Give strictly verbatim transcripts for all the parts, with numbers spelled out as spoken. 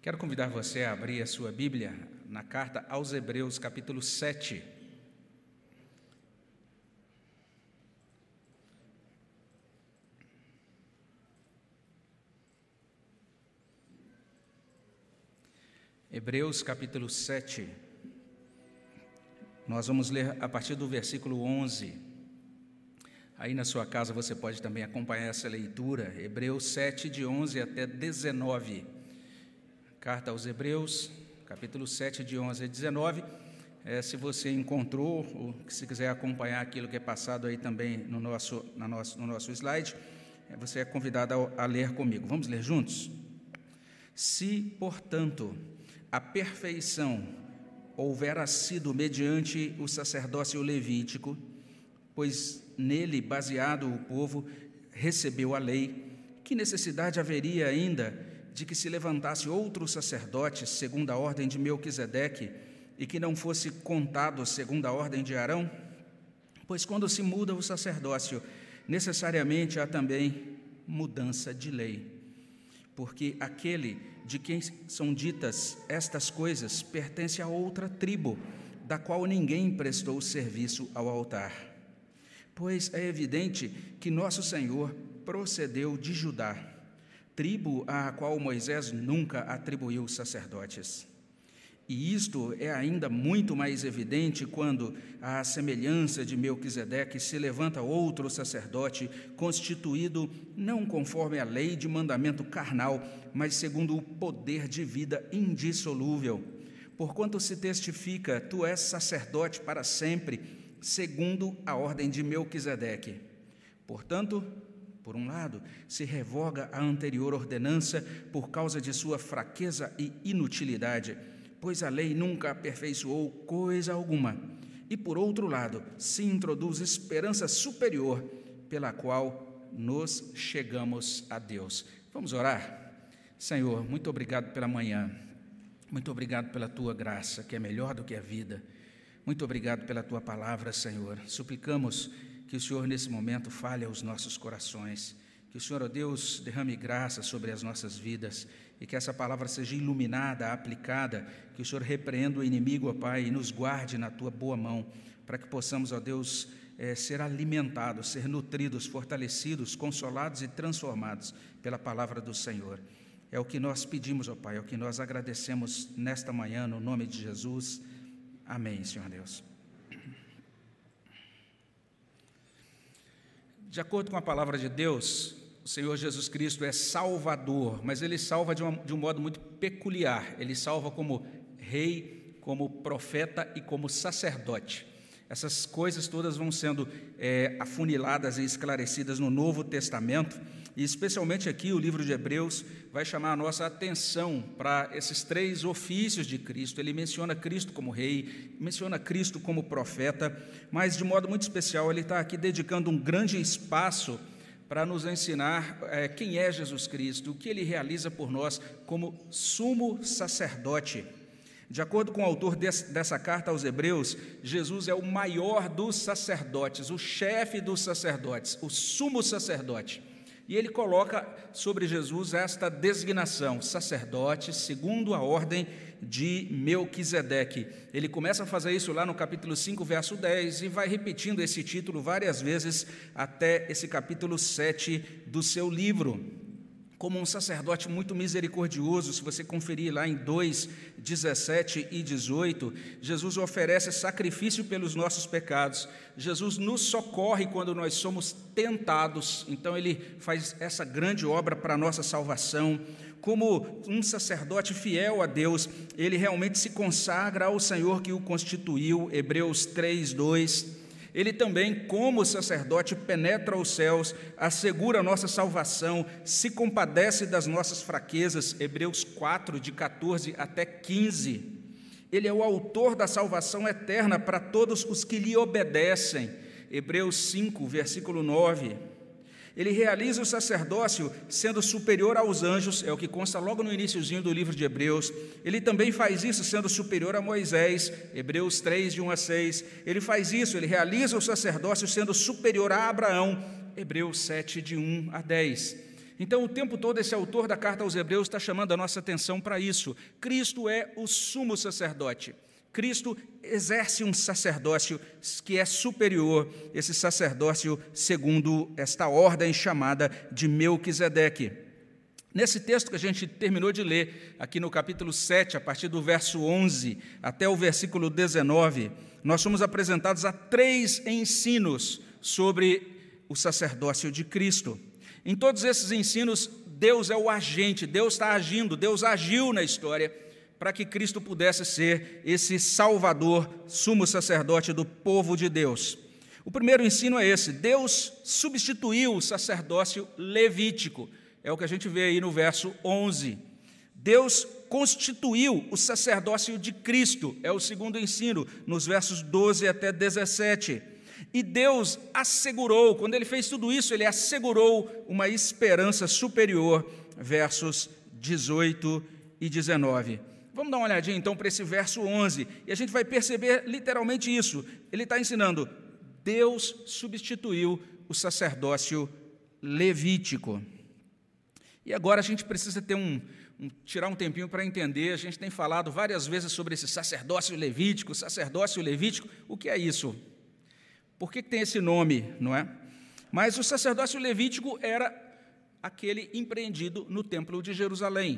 Quero convidar você a abrir a sua Bíblia na carta aos Hebreus, capítulo sete. Hebreus, capítulo sete. Nós vamos ler a partir do versículo onze. Aí na sua casa você pode também acompanhar essa leitura, Hebreus sete, de onze até dezenove. Carta aos Hebreus, capítulo sete, de onze a dezenove. É, se você encontrou, ou se quiser acompanhar aquilo que é passado aí também no nosso, na nosso, no nosso slide, é, você é convidado a, a ler comigo. Vamos ler juntos? Se, portanto, a perfeição houvera sido mediante o sacerdócio levítico, pois nele, baseado, o povo recebeu a lei, que necessidade haveria ainda de que se levantasse outro sacerdote segundo a ordem de Melquisedeque e que não fosse contado segundo a ordem de Arão? Pois quando se muda o sacerdócio, necessariamente há também mudança de lei, porque aquele de quem são ditas estas coisas pertence a outra tribo, da qual ninguém prestou serviço ao altar. Pois é evidente que nosso Senhor procedeu de Judá, tribo à qual Moisés nunca atribuiu sacerdotes. E isto é ainda muito mais evidente quando, à semelhança de Melquisedeque, se levanta outro sacerdote, constituído não conforme a lei de mandamento carnal, mas segundo o poder de vida indissolúvel. Porquanto se testifica, tu és sacerdote para sempre, segundo a ordem de Melquisedeque. Portanto, por um lado, se revoga a anterior ordenança por causa de sua fraqueza e inutilidade, pois a lei nunca aperfeiçoou coisa alguma. E, por outro lado, se introduz esperança superior, pela qual nos chegamos a Deus. Vamos orar? Senhor, muito obrigado pela manhã. Muito obrigado pela Tua graça, que é melhor do que a vida. Muito obrigado pela Tua palavra, Senhor. Suplicamos que o Senhor, nesse momento, fale aos nossos corações. Que o Senhor, ó Deus, derrame graça sobre as nossas vidas e que essa palavra seja iluminada, aplicada, que o Senhor repreenda o inimigo, ó Pai, e nos guarde na Tua boa mão, para que possamos, ó Deus, é, ser alimentados, ser nutridos, fortalecidos, consolados e transformados pela palavra do Senhor. É o que nós pedimos, ó Pai, é o que nós agradecemos nesta manhã, no nome de Jesus. Amém, Senhor Deus. De acordo com a palavra de Deus, o Senhor Jesus Cristo é Salvador, mas Ele salva de, uma, de um modo muito peculiar. Ele salva como rei, como profeta e como sacerdote. Essas coisas todas vão sendo é, afuniladas e esclarecidas no Novo Testamento, e especialmente aqui o livro de Hebreus vai chamar a nossa atenção para esses três ofícios de Cristo. Ele menciona Cristo como rei, menciona Cristo como profeta, mas de modo muito especial ele está aqui dedicando um grande espaço para nos ensinar é, quem é Jesus Cristo, o que Ele realiza por nós como sumo sacerdote. De acordo com o autor desse, dessa carta aos Hebreus, Jesus é o maior dos sacerdotes, o chefe dos sacerdotes, o sumo sacerdote. E ele coloca sobre Jesus esta designação, sacerdote, segundo a ordem de Melquisedeque. Ele começa a fazer isso lá no capítulo cinco, verso dez, e vai repetindo esse título várias vezes até esse capítulo sete do seu livro. Como um sacerdote muito misericordioso, se você conferir lá em dois, dezessete e dezoito, Jesus oferece sacrifício pelos nossos pecados. Jesus nos socorre quando nós somos tentados, então Ele faz essa grande obra para a nossa salvação. Como um sacerdote fiel a Deus, Ele realmente se consagra ao Senhor que o constituiu, Hebreus três, dois. Ele também, como sacerdote, penetra os céus, assegura a nossa salvação, se compadece das nossas fraquezas, Hebreus quatro, de catorze até quinze. Ele é o autor da salvação eterna para todos os que lhe obedecem, Hebreus cinco, versículo nove. Ele realiza o sacerdócio sendo superior aos anjos, é o que consta logo no iniciozinho do livro de Hebreus. Ele também faz isso sendo superior a Moisés, Hebreus três, de um a seis. Ele faz isso, ele realiza o sacerdócio sendo superior a Abraão, Hebreus sete, de um a dez. Então, o tempo todo, esse autor da carta aos Hebreus está chamando a nossa atenção para isso. Cristo é o sumo sacerdote. Cristo exerce um sacerdócio que é superior, esse sacerdócio segundo esta ordem chamada de Melquisedeque. Nesse texto que a gente terminou de ler, aqui no capítulo sete, a partir do verso onze até o versículo dezenove, nós somos apresentados a três ensinos sobre o sacerdócio de Cristo. Em todos esses ensinos, Deus é o agente, Deus está agindo, Deus agiu na história para que Cristo pudesse ser esse Salvador, sumo sacerdote do povo de Deus. O primeiro ensino é esse: Deus substituiu o sacerdócio levítico. É o que a gente vê aí no verso onze. Deus constituiu o sacerdócio de Cristo, é o segundo ensino, nos versos doze até dezessete. E Deus assegurou, quando Ele fez tudo isso, Ele assegurou uma esperança superior, versos dezoito e dezenove. Vamos dar uma olhadinha, então, para esse verso onze, e a gente vai perceber literalmente isso. Ele está ensinando, Deus substituiu o sacerdócio levítico. E agora a gente precisa ter um, um, tirar um tempinho para entender. A gente tem falado várias vezes sobre esse sacerdócio levítico, sacerdócio levítico. O que é isso? Por que tem esse nome, não é? Mas o sacerdócio levítico era aquele empreendido no Templo de Jerusalém.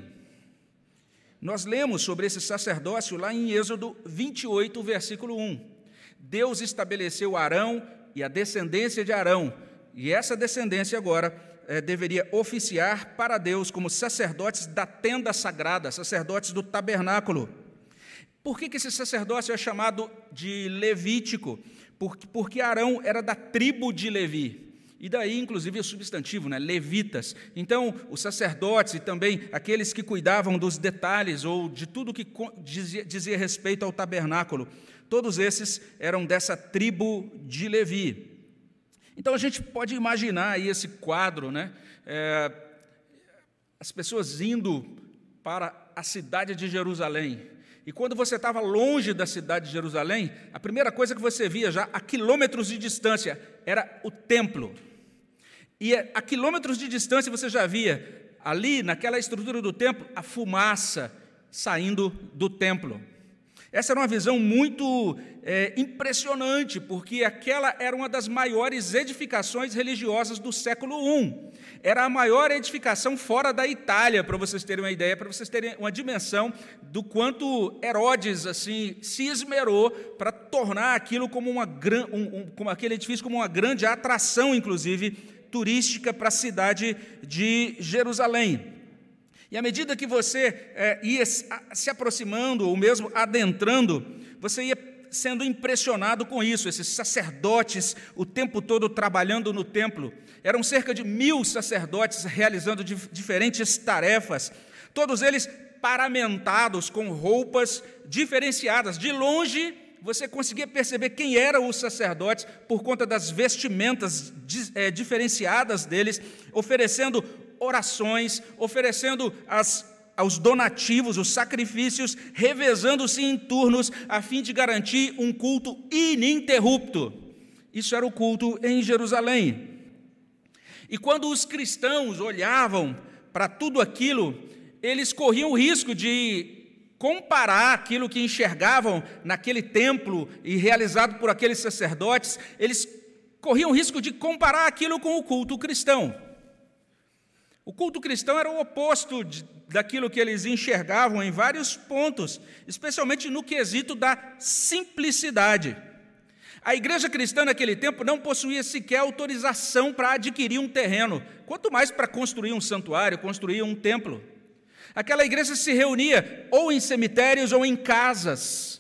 Nós lemos sobre esse sacerdócio lá em Êxodo vinte e oito, versículo um. Deus estabeleceu Arão e a descendência de Arão, e essa descendência agora eh, deveria oficiar para Deus como sacerdotes da tenda sagrada, sacerdotes do tabernáculo. Por que que esse sacerdócio é chamado de levítico? Porque, porque Arão era da tribo de Levi. E daí, inclusive, o substantivo, né? Levitas. Então, os sacerdotes e também aqueles que cuidavam dos detalhes ou de tudo que dizia, dizia respeito ao tabernáculo, todos esses eram dessa tribo de Levi. Então, a gente pode imaginar aí esse quadro, né? É, as pessoas indo para a cidade de Jerusalém. E quando você estava longe da cidade de Jerusalém, a primeira coisa que você via já a quilômetros de distância era o templo. E a quilômetros de distância você já via, ali naquela estrutura do templo, a fumaça saindo do templo. Essa era uma visão muito é, impressionante, porque aquela era uma das maiores edificações religiosas do século um. Era a maior edificação fora da Itália, para vocês terem uma ideia, para vocês terem uma dimensão do quanto Herodes assim, se esmerou para tornar aquilo como, uma, um, um, como aquele edifício como uma grande atração, inclusive, turística para a cidade de Jerusalém. E à medida que você é, ia se aproximando, ou mesmo adentrando, você ia sendo impressionado com isso, esses sacerdotes o tempo todo trabalhando no templo. Eram cerca de mil sacerdotes realizando diferentes tarefas, todos eles paramentados com roupas diferenciadas. De longe, você conseguia perceber quem eram os sacerdotes por conta das vestimentas é, diferenciadas deles, oferecendo orações, oferecendo as, aos donativos, os sacrifícios, revezando-se em turnos, a fim de garantir um culto ininterrupto. Isso era o culto em Jerusalém. E quando os cristãos olhavam para tudo aquilo, eles corriam o risco de comparar aquilo que enxergavam naquele templo e realizado por aqueles sacerdotes, eles corriam o risco de comparar aquilo com o culto cristão. O culto cristão era o oposto de, daquilo que eles enxergavam em vários pontos, especialmente no quesito da simplicidade. A igreja cristã naquele tempo não possuía sequer autorização para adquirir um terreno, quanto mais para construir um santuário, construir um templo. Aquela igreja se reunia ou em cemitérios ou em casas,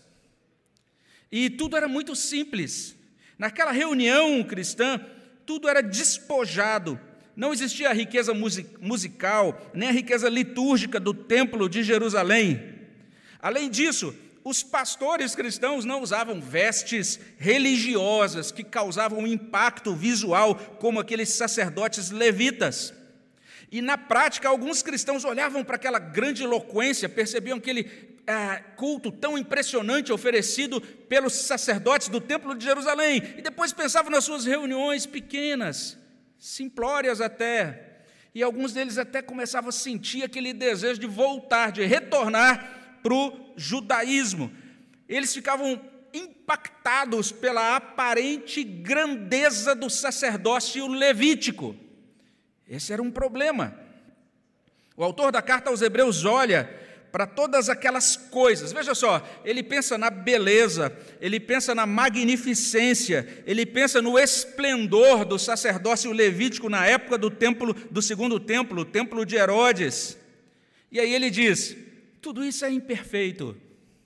e tudo era muito simples. Naquela reunião cristã, tudo era despojado. Não existia a riqueza musical, nem a riqueza litúrgica do templo de Jerusalém. Além disso, os pastores cristãos não usavam vestes religiosas que causavam um impacto visual, como aqueles sacerdotes levitas. E, na prática, alguns cristãos olhavam para aquela grande eloquência, percebiam aquele ah, culto tão impressionante oferecido pelos sacerdotes do templo de Jerusalém, e depois pensavam nas suas reuniões pequenas, simplórias até, e alguns deles até começavam a sentir aquele desejo de voltar, de retornar para o judaísmo. Eles ficavam impactados pela aparente grandeza do sacerdócio levítico. Esse era um problema. O autor da carta aos Hebreus olha para todas aquelas coisas. Veja só, ele pensa na beleza, ele pensa na magnificência, ele pensa no esplendor do sacerdócio levítico na época do templo, do segundo templo, o templo de Herodes. E aí ele diz: tudo isso é imperfeito.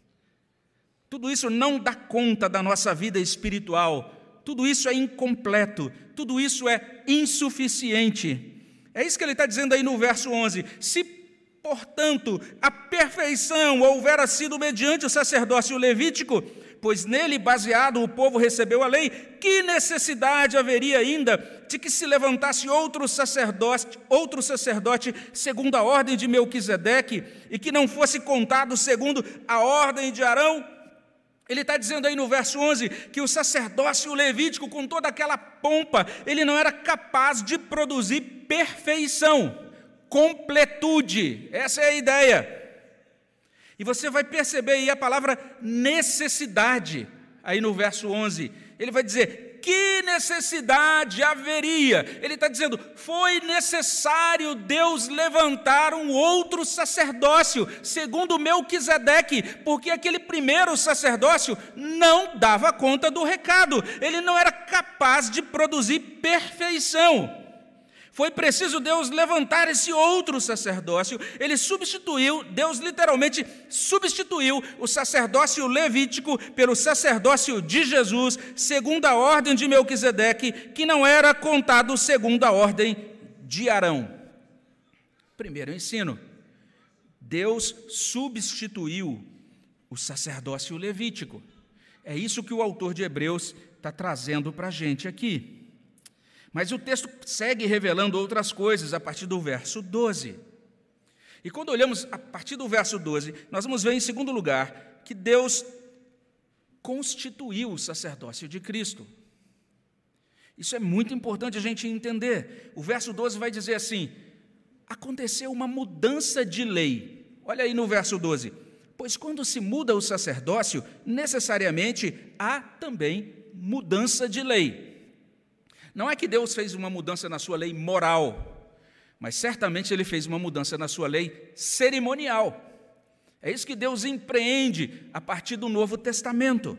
Tudo isso não dá conta da nossa vida espiritual. Tudo isso é incompleto. Tudo isso é insuficiente. É isso que ele está dizendo aí no verso onze. Se portanto, a perfeição houvera sido mediante o sacerdócio levítico, pois nele baseado o povo recebeu a lei, que necessidade haveria ainda de que se levantasse outro sacerdote, outro sacerdote segundo a ordem de Melquisedeque, e que não fosse contado segundo a ordem de Arão? Ele está dizendo aí no verso onze que o sacerdócio levítico, com toda aquela pompa, ele não era capaz de produzir perfeição, completude. Essa é a ideia. E você vai perceber aí a palavra necessidade, aí no verso onze. Ele vai dizer: que necessidade haveria? Ele está dizendo: foi necessário Deus levantar um outro sacerdócio, segundo Melquisedeque, porque aquele primeiro sacerdócio não dava conta do recado, ele não era capaz de produzir perfeição. Foi preciso Deus levantar esse outro sacerdócio. Ele substituiu, Deus literalmente substituiu o sacerdócio levítico pelo sacerdócio de Jesus, segundo a ordem de Melquisedeque, que não era contado segundo a ordem de Arão. Primeiro ensino: Deus substituiu o sacerdócio levítico. É isso que o autor de Hebreus está trazendo para a gente aqui. Mas o texto segue revelando outras coisas a partir do verso doze. E quando olhamos a partir do verso doze, nós vamos ver, em segundo lugar, que Deus constituiu o sacerdócio de Cristo. Isso é muito importante a gente entender. O verso doze vai dizer assim: aconteceu uma mudança de lei. Olha aí no verso doze. Pois quando se muda o sacerdócio, necessariamente há também mudança de lei. Não é que Deus fez uma mudança na sua lei moral, mas certamente Ele fez uma mudança na sua lei cerimonial. É isso que Deus empreende a partir do Novo Testamento.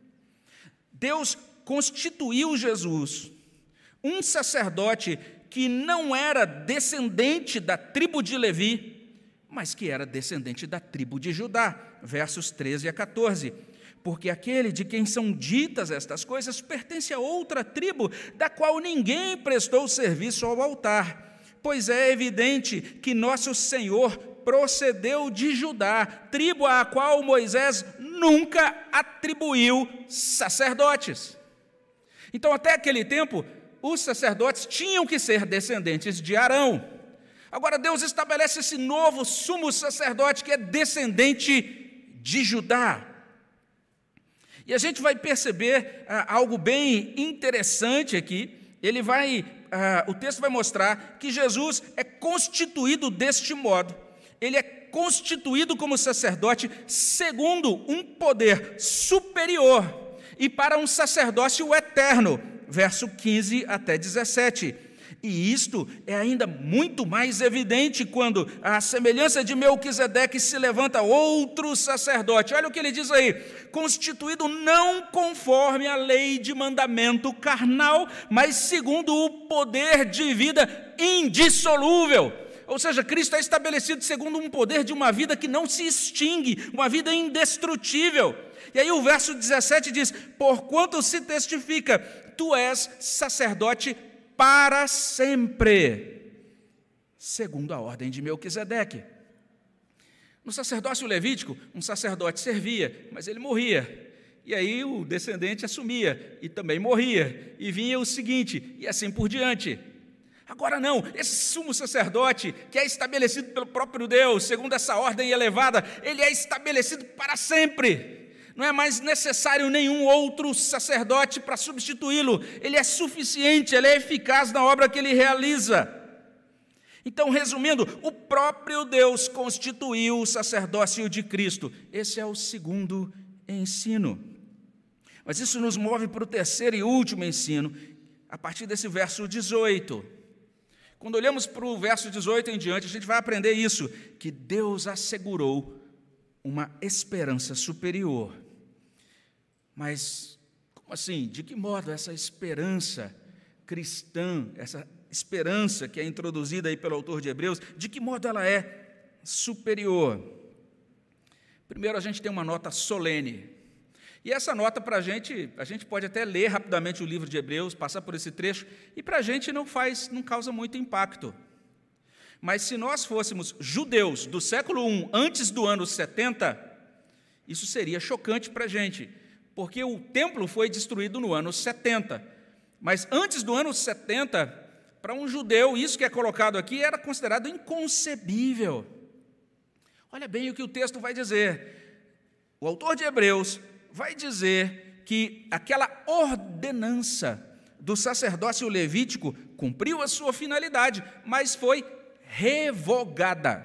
Deus constituiu Jesus, um sacerdote que não era descendente da tribo de Levi, mas que era descendente da tribo de Judá, versos treze a quatorze. Porque aquele de quem são ditas estas coisas pertence a outra tribo, da qual ninguém prestou serviço ao altar. Pois é evidente que nosso Senhor procedeu de Judá, tribo à qual Moisés nunca atribuiu sacerdotes. Então, até aquele tempo, os sacerdotes tinham que ser descendentes de Arão. Agora, Deus estabelece esse novo sumo sacerdote que é descendente de Judá. E a gente vai perceber ah, algo bem interessante aqui. Ele vai, ah, o texto vai mostrar que Jesus é constituído deste modo. Ele é constituído como sacerdote segundo um poder superior e para um sacerdócio eterno, verso quinze até dezessete. E isto é ainda muito mais evidente quando, à semelhança de Melquisedeque, se levanta outro sacerdote. Olha o que ele diz aí: constituído não conforme a lei de mandamento carnal, mas segundo o poder de vida indissolúvel. Ou seja, Cristo é estabelecido segundo um poder de uma vida que não se extingue, uma vida indestrutível. E aí o verso dezessete diz: porquanto se testifica, tu és sacerdote para sempre, segundo a ordem de Melquisedeque. No sacerdócio levítico, um sacerdote servia, mas ele morria. E aí o descendente assumia e também morria. E vinha o seguinte, e assim por diante. Agora não, esse sumo sacerdote, que é estabelecido pelo próprio Deus, segundo essa ordem elevada, ele é estabelecido para sempre. Não é mais necessário nenhum outro sacerdote para substituí-lo. Ele é suficiente, ele é eficaz na obra que ele realiza. Então, resumindo, o próprio Deus constituiu o sacerdócio de Cristo. Esse é o segundo ensino. Mas isso nos move para o terceiro e último ensino, a partir desse verso dezoito. Quando olhamos para o verso dezoito em diante, a gente vai aprender isso, que Deus assegurou uma esperança superior. Mas, como assim? De que modo essa esperança cristã, essa esperança que é introduzida aí pelo autor de Hebreus, de que modo ela é superior? Primeiro, a gente tem uma nota solene. E essa nota, para a gente, a gente pode até ler rapidamente o livro de Hebreus, passar por esse trecho, e para a gente não faz, não causa muito impacto. Mas se nós fôssemos judeus do século I, antes do ano setenta, isso seria chocante para a gente, porque o templo foi destruído no ano setenta. Mas antes do ano setenta, para um judeu, isso que é colocado aqui era considerado inconcebível. Olha bem o que o texto vai dizer. O autor de Hebreus vai dizer que aquela ordenança do sacerdócio levítico cumpriu a sua finalidade, mas foi revogada.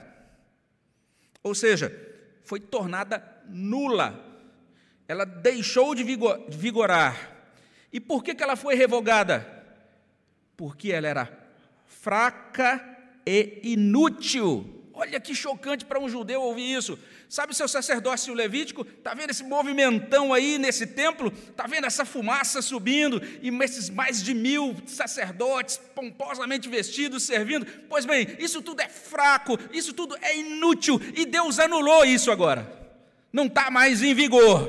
Ou seja, foi tornada nula. Ela deixou de vigorar. E por que que ela foi revogada? Porque ela era fraca e inútil. Olha que chocante para um judeu ouvir isso. Sabe o seu sacerdócio levítico? Está vendo esse movimentão aí nesse templo? Está vendo essa fumaça subindo? E esses mais de mil sacerdotes pomposamente vestidos, servindo? Pois bem, isso tudo é fraco, isso tudo é inútil, e Deus anulou isso agora. Não está mais em vigor.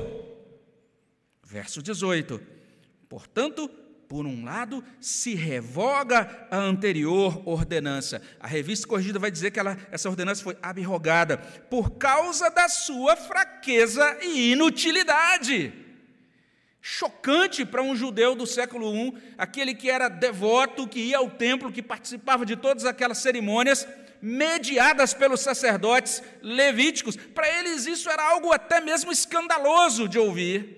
Verso dezoito. Portanto, por um lado, se revoga a anterior ordenança. A Revista Corrigida vai dizer que ela, essa ordenança foi abrogada por causa da sua fraqueza e inutilidade. Chocante para um judeu do século I, aquele que era devoto, que ia ao templo, que participava de todas aquelas cerimônias mediadas pelos sacerdotes levíticos. Para eles isso era algo até mesmo escandaloso de ouvir.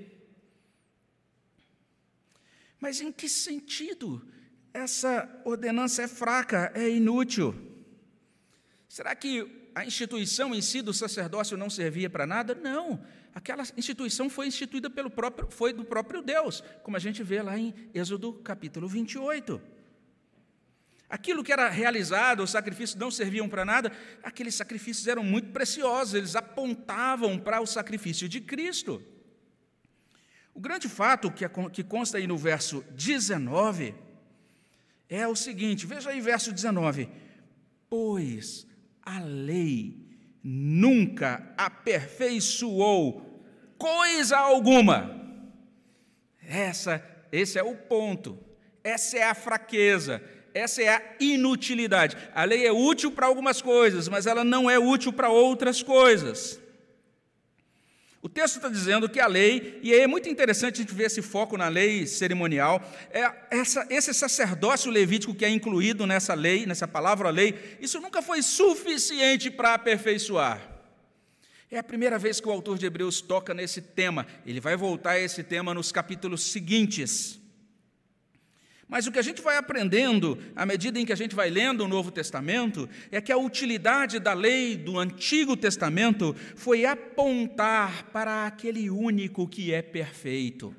Mas em que sentido essa ordenança é fraca, é inútil? Será que a instituição em si do sacerdócio não servia para nada? Não, aquela instituição foi instituída pelo próprio, foi do próprio Deus, como a gente vê lá em Êxodo capítulo vinte e oito. Aquilo que era realizado, os sacrifícios não serviam para nada, aqueles sacrifícios eram muito preciosos, eles apontavam para o sacrifício de Cristo. O grande fato que consta aí no verso dezenove é o seguinte, veja aí verso dezenove. Pois a lei nunca aperfeiçoou coisa alguma. Essa, esse é o ponto, essa é a fraqueza, essa é a inutilidade. A lei é útil para algumas coisas, mas ela não é útil para outras coisas. O texto está dizendo que a lei, e é muito interessante a gente ver esse foco na lei cerimonial, é essa, esse sacerdócio levítico que é incluído nessa lei, nessa palavra lei, isso nunca foi suficiente para aperfeiçoar. É a primeira vez que o autor de Hebreus toca nesse tema, ele vai voltar a esse tema nos capítulos seguintes. Mas o que a gente vai aprendendo, à medida em que a gente vai lendo o Novo Testamento, é que a utilidade da lei do Antigo Testamento foi apontar para aquele único que é perfeito.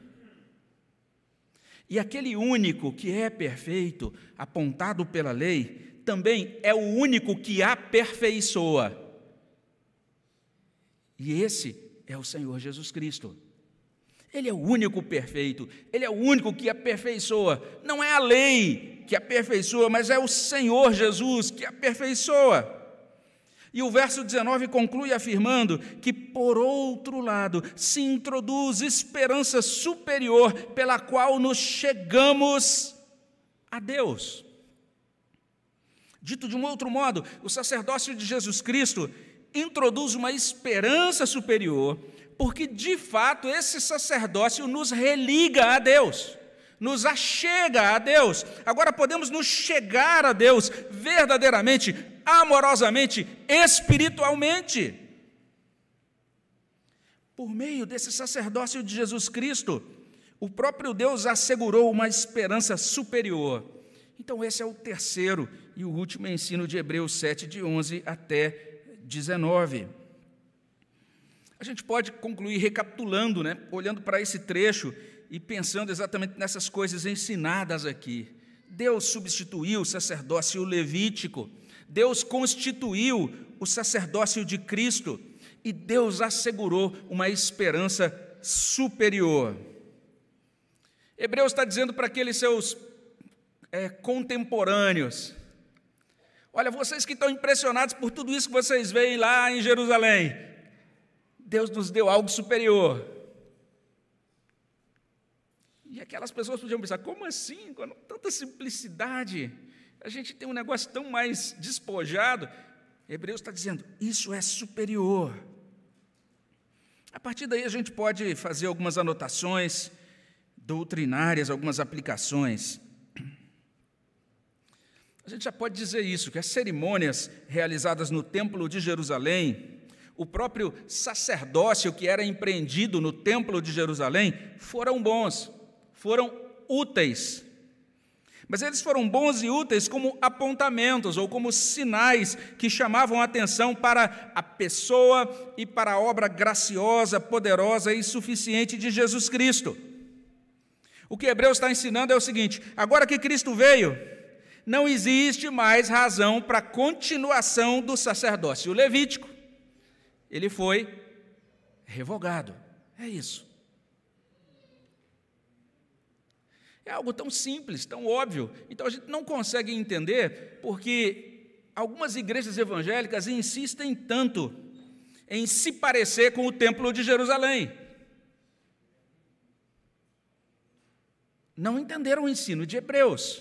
E aquele único que é perfeito, apontado pela lei, também é o único que aperfeiçoa. E esse é o Senhor Jesus Cristo. Ele é o único perfeito, Ele é o único que aperfeiçoa. Não é a lei que aperfeiçoa, mas é o Senhor Jesus que aperfeiçoa. E o verso dezenove conclui afirmando que, por outro lado, se introduz esperança superior pela qual nos chegamos a Deus. Dito de um outro modo, o sacerdócio de Jesus Cristo introduz uma esperança superior, porque, de fato, esse sacerdócio nos religa a Deus, nos achega a Deus. Agora podemos nos chegar a Deus verdadeiramente, amorosamente, espiritualmente. Por meio desse sacerdócio de Jesus Cristo, o próprio Deus assegurou uma esperança superior. Então, esse é o terceiro e o último ensino de Hebreus sete, de onze até dezenove. A gente pode concluir recapitulando, né, olhando para esse trecho e pensando exatamente nessas coisas ensinadas aqui. Deus substituiu o sacerdócio levítico, Deus constituiu o sacerdócio de Cristo e Deus assegurou uma esperança superior. Hebreus está dizendo para aqueles seus é, contemporâneos: olha, vocês que estão impressionados por tudo isso que vocês veem lá em Jerusalém, Deus nos deu algo superior. E aquelas pessoas podiam pensar: como assim? Com tanta simplicidade, a gente tem um negócio tão mais despojado. Hebreus está dizendo: isso é superior. A partir daí a gente pode fazer algumas anotações doutrinárias, algumas aplicações. A gente já pode dizer isso, que as cerimônias realizadas no Templo de Jerusalém, o próprio sacerdócio que era empreendido no Templo de Jerusalém, foram bons, foram úteis. Mas eles foram bons e úteis como apontamentos ou como sinais que chamavam a atenção para a pessoa e para a obra graciosa, poderosa e suficiente de Jesus Cristo. O que Hebreus está ensinando é o seguinte: agora que Cristo veio, não existe mais razão para a continuação do sacerdócio levítico. Ele foi revogado. É isso. É algo tão simples, tão óbvio. Então a gente não consegue entender porque algumas igrejas evangélicas insistem tanto em se parecer com o Templo de Jerusalém. Não entenderam o ensino de Hebreus.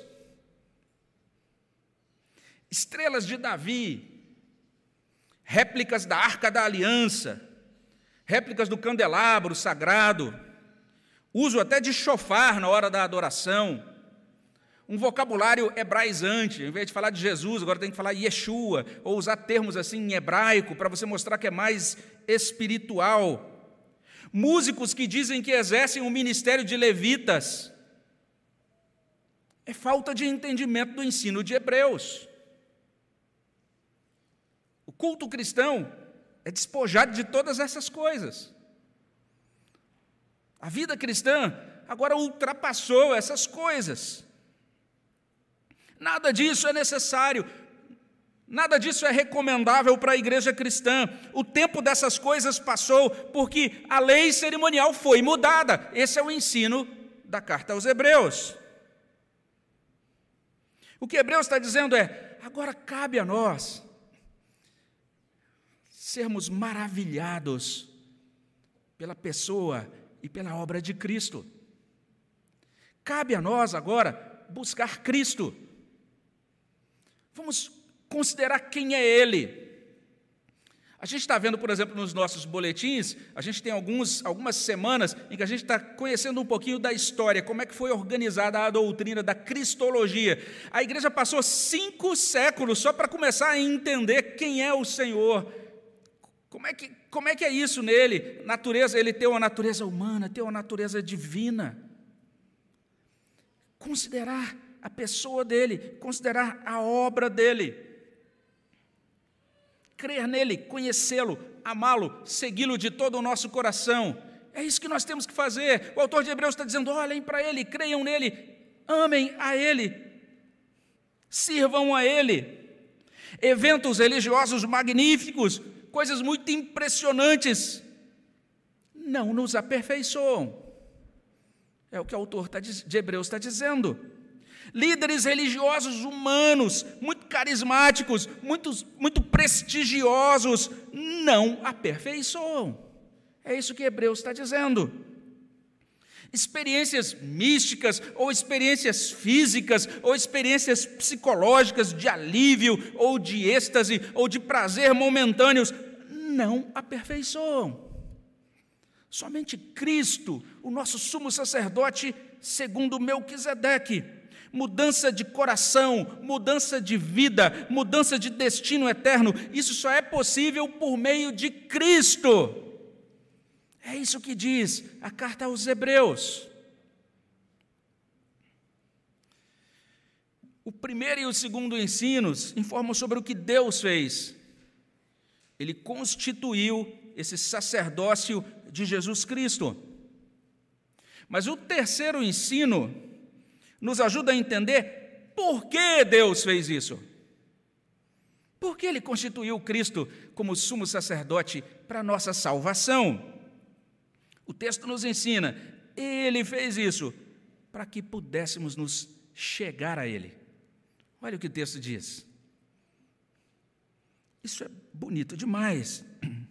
Estrelas de Davi, réplicas da Arca da Aliança, réplicas do candelabro sagrado, uso até de chofar na hora da adoração, um vocabulário hebraizante, em vez de falar de Jesus, agora tem que falar Yeshua, ou usar termos assim em hebraico, para você mostrar que é mais espiritual. Músicos que dizem que exercem o ministério de levitas. É falta de entendimento do ensino de Hebreus. O culto cristão é despojado de todas essas coisas. A vida cristã agora ultrapassou essas coisas. Nada disso é necessário, nada disso é recomendável para a igreja cristã. O tempo dessas coisas passou porque a lei cerimonial foi mudada. Esse é o ensino da carta aos Hebreus. O que Hebreus está dizendo é: agora cabe a nós sermos maravilhados pela pessoa e pela obra de Cristo. Cabe a nós agora buscar Cristo. Vamos considerar quem é Ele. A gente está vendo, por exemplo, nos nossos boletins, a gente tem alguns, algumas semanas em que a gente está conhecendo um pouquinho da história, como é que foi organizada a doutrina da cristologia. A igreja passou cinco séculos só para começar a entender quem é o Senhor. Como é que, como é que é isso nele? Natureza, ele tem uma natureza humana, tem uma natureza divina. Considerar a pessoa dele, considerar a obra dele. Crer nele, conhecê-lo, amá-lo, segui-lo de todo o nosso coração. É isso que nós temos que fazer. O autor de Hebreus está dizendo: olhem para ele, creiam nele, amem a ele, sirvam a ele. Eventos religiosos magníficos, coisas muito impressionantes, não nos aperfeiçoam. É o que o autor de Hebreus está dizendo. Líderes religiosos humanos, muito carismáticos, muito, muito prestigiosos, não aperfeiçoam. É isso que Hebreus está dizendo. Experiências místicas, ou experiências físicas, ou experiências psicológicas de alívio, ou de êxtase, ou de prazer momentâneos, não aperfeiçoam. Somente Cristo, o nosso sumo sacerdote, segundo Melquisedeque, mudança de coração, mudança de vida, mudança de destino eterno, isso só é possível por meio de Cristo. É isso que diz a carta aos Hebreus. O primeiro e o segundo ensinos informam sobre o que Deus fez. Ele constituiu esse sacerdócio de Jesus Cristo. Mas o terceiro ensino nos ajuda a entender por que Deus fez isso. Por que Ele constituiu Cristo como sumo sacerdote para a nossa salvação? O texto nos ensina, Ele fez isso para que pudéssemos nos chegar a Ele. Olha o que o texto diz. Isso é bonito demais.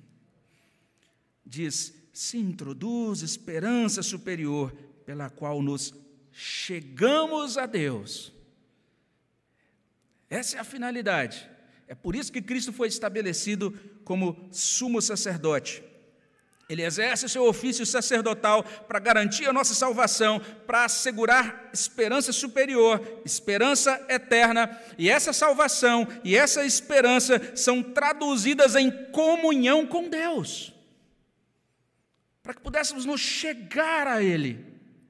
Diz, se introduz esperança superior pela qual nos chegamos a Deus. Essa é a finalidade. É por isso que Cristo foi estabelecido como sumo sacerdote. Ele exerce o seu ofício sacerdotal para garantir a nossa salvação, para assegurar esperança superior, esperança eterna, e essa salvação e essa esperança são traduzidas em comunhão com Deus, para que pudéssemos nos chegar a Ele.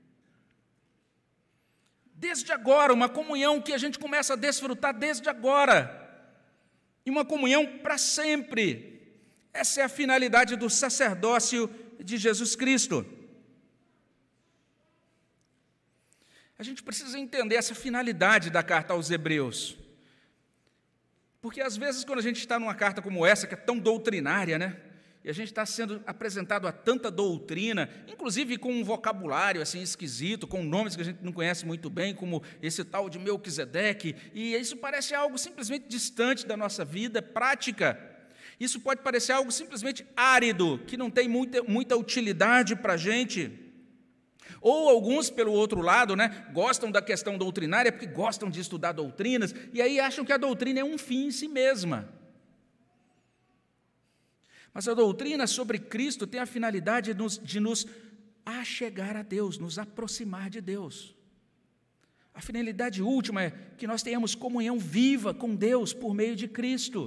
Desde agora, uma comunhão que a gente começa a desfrutar desde agora, e uma comunhão para sempre. Essa é a finalidade do sacerdócio de Jesus Cristo. A gente precisa entender essa finalidade da carta aos Hebreus. Porque, às vezes, quando a gente está numa carta como essa, que é tão doutrinária, né? E a gente está sendo apresentado a tanta doutrina, inclusive com um vocabulário assim esquisito, com nomes que a gente não conhece muito bem, como esse tal de Melquisedeque, e isso parece algo simplesmente distante da nossa vida prática. Isso pode parecer algo simplesmente árido, que não tem muita, muita utilidade para a gente. Ou alguns, pelo outro lado, né, gostam da questão doutrinária, porque gostam de estudar doutrinas, e aí acham que a doutrina é um fim em si mesma. Mas a doutrina sobre Cristo tem a finalidade de nos, de nos achegar a Deus, nos aproximar de Deus. A finalidade última é que nós tenhamos comunhão viva com Deus por meio de Cristo.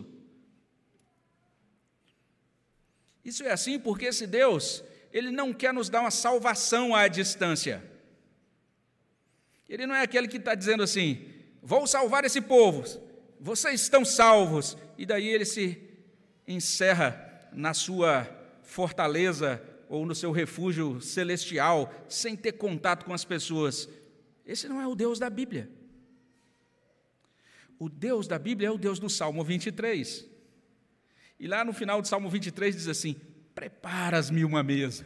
Isso é assim porque esse Deus, Ele não quer nos dar uma salvação à distância. Ele não é aquele que está dizendo assim, vou salvar esse povo, vocês estão salvos, e daí Ele se encerra na sua fortaleza ou no seu refúgio celestial, sem ter contato com as pessoas. Esse não é o Deus da Bíblia. O Deus da Bíblia é o Deus do Salmo vinte e três. E lá no final do Salmo vinte e três diz assim, preparas-me uma mesa.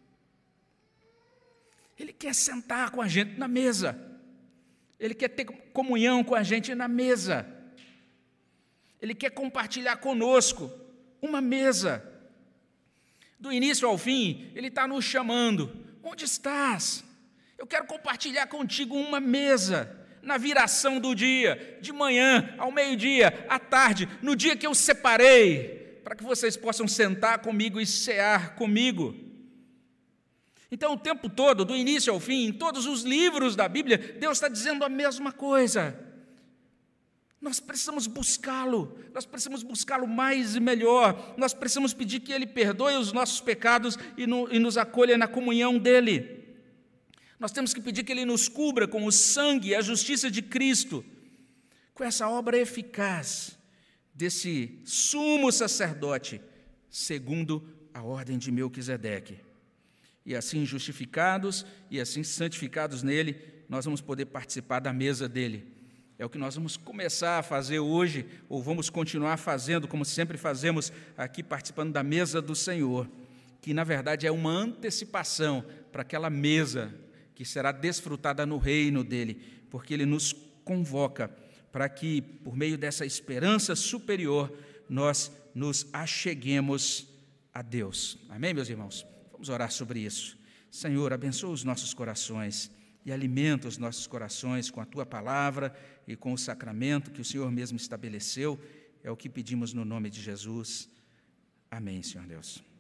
Ele quer sentar com a gente na mesa. Ele quer ter comunhão com a gente na mesa. Ele quer compartilhar conosco uma mesa. Do início ao fim, Ele está nos chamando. Onde estás? Eu quero compartilhar contigo uma mesa. Na viração do dia, de manhã, ao meio-dia, à tarde, no dia que eu separei, para que vocês possam sentar comigo e cear comigo. Então, o tempo todo, do início ao fim, em todos os livros da Bíblia, Deus está dizendo a mesma coisa. Nós precisamos buscá-lo, nós precisamos buscá-lo mais e melhor, nós precisamos pedir que Ele perdoe os nossos pecados e, no, e nos acolha na comunhão dEle. Nós temos que pedir que Ele nos cubra com o sangue e a justiça de Cristo, com essa obra eficaz desse sumo sacerdote, segundo a ordem de Melquisedeque. E assim justificados e assim santificados nele, nós vamos poder participar da mesa dele. É o que nós vamos começar a fazer hoje, ou vamos continuar fazendo, como sempre fazemos aqui, participando da mesa do Senhor, que na verdade é uma antecipação para aquela mesa que será desfrutada no reino dele, porque ele nos convoca para que, por meio dessa esperança superior, nós nos acheguemos a Deus. Amém, meus irmãos? Vamos orar sobre isso. Senhor, abençoa os nossos corações e alimenta os nossos corações com a Tua palavra e com o sacramento que o Senhor mesmo estabeleceu. É o que pedimos no nome de Jesus. Amém, Senhor Deus.